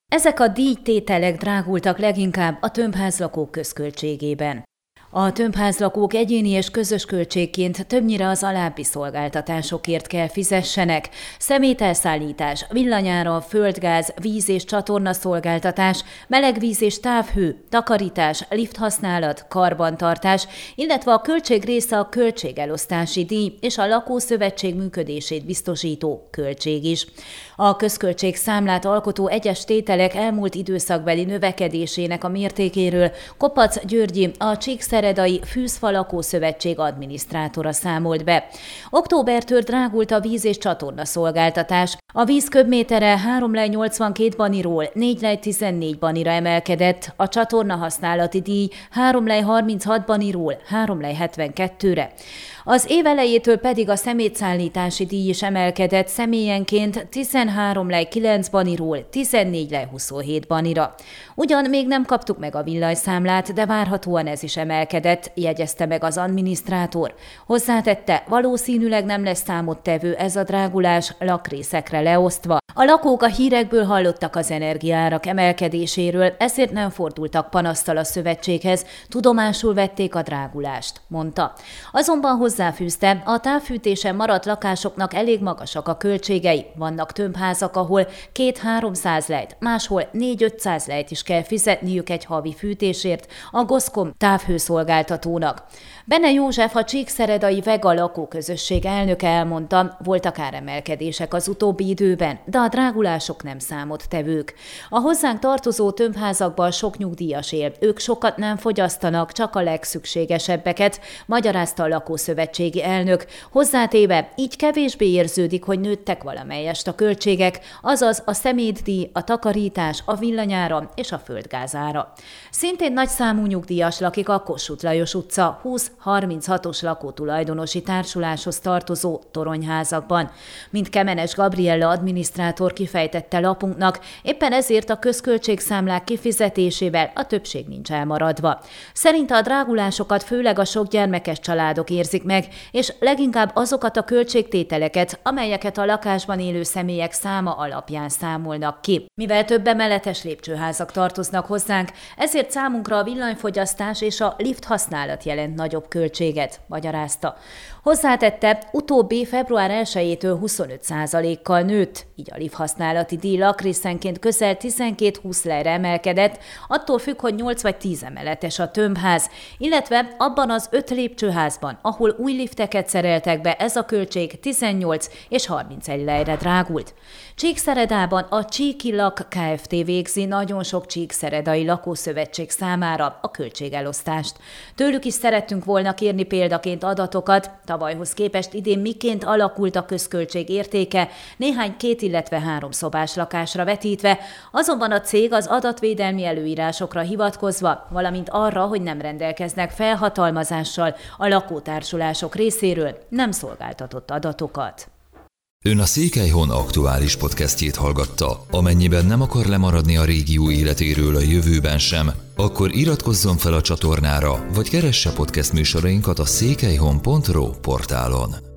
Ezek a díjtételek drágultak leginkább a tömbházlakók közköltségében. A tömbházlakók egyéni és közös költségként többnyire az alábbi szolgáltatásokért kell fizessenek: szemételszállítás, villanyáram, földgáz, víz- és csatornaszolgáltatás, melegvíz és távhő, takarítás, lifthasználat, karbantartás, illetve a költség része a költségelosztási díj és a lakószövetség működését biztosító költség is. A közköltségszámlát alkotó egyes tételek elmúlt időszakbeli növekedésének a mértékéről Kopac Györgyi, a Csíkszeredai Fűzfa Lakószövetség adminisztrátora számolt be. Októbertől drágult a víz- és csatornaszolgáltatás. A víz köbmétere 3 lej 82 baniról 4 lej 14 banira emelkedett, a csatorna használati díj 3 lej 36 baniról 3 lej 72-re. Az év elejétől pedig a szemétszállítási díj is emelkedett személyenként 13 lej 9 baniról 14 lej 27 banira. Ugyan még nem kaptuk meg a villanyszámlát, de várhatóan ez is emelkedett, jegyezte meg az adminisztrátor. Hozzátette, valószínűleg nem lesz számottevő ez a drágulás lakrészekre leosztva. A lakók a hírekből hallottak az energiaárak emelkedéséről, ezért nem fordultak panasztal a szövetséghez, tudomásul vették a drágulást, mondta. Azonban hozzáfűzte, a távfűtésen maradt lakásoknak elég magasak a költségei. Vannak tömbházak, ahol 200-300 lejt, máshol 400-500 lejt is kell fizetniük egy havi fűtésért a Goszkom távhőszolgáltatónak. Bene József, a Csíkszeredai Vega lakóközösség elnöke elmondta, voltak áremelkedések az utóbbi időben, de a drágulások nem számottevők. A hozzánk tartozó tömbházakban sok nyugdíjas él, ők sokat nem fogyasztanak, csak a legszükségesebbeket, magyarázta a lakószövetségi elnök. Hozzátéve, így kevésbé érződik, hogy nőttek valamelyest a költségek, azaz a szemétdíj, a takarítás, a villanyára és a földgázára. Szintén nagy számú nyugdíjas lakik a Kossuth Lajos utca 20-36-os lakótulajdonosi társuláshoz tartozó toronyházakban. Mint Kemenes Gabriella adminisztrátor kifejtette lapunknak, éppen ezért a közköltségszámlák kifizetésével a többség nincs elmaradva. Szerinte a drágulásokat főleg a sok gyermekes családok érzik meg, és leginkább azokat a költségtételeket, amelyeket a lakásban élő személyek száma alapján számolnak ki. Mivel több emeletes lépcsőházak tartoznak hozzánk, ezért számunkra a villanyfogyasztás és a lift használat jelent nagyobb költséget, magyarázta. Hozzátette, utóbbi február 1-től 25%-kal nőtt, így a lift használati díj lakrészenként közel 12-20 lejre emelkedett, attól függ, hogy 8 vagy 10 emeletes a tömbház, illetve abban az 5 lépcsőházban, ahol új lifteket szereltek be, ez a költség 18 és 31 lejre drágult. Csíkszeredában a Csíki Lak Kft. Végzi nagyon sok csíkszeredai lakószövetség számára a költségelosztást. Tőlük is szerettünk volna kérni példaként adatokat, tavalyhoz képest idén miként alakult a közköltség értéke, néhány 2, illetve 3 szobás lakásra vetítve, azonban a cég az adatvédelmi előírásokra hivatkozva, valamint arra, hogy nem rendelkeznek felhatalmazással a lakótársulások részéről, nem szolgáltatott adatokat. Ön a Székelyhon aktuális podcastjét hallgatta. Amennyiben nem akar lemaradni a régió életéről a jövőben sem, akkor iratkozzon fel a csatornára, vagy keresse podcast műsorainkat a székelyhon.ro portálon.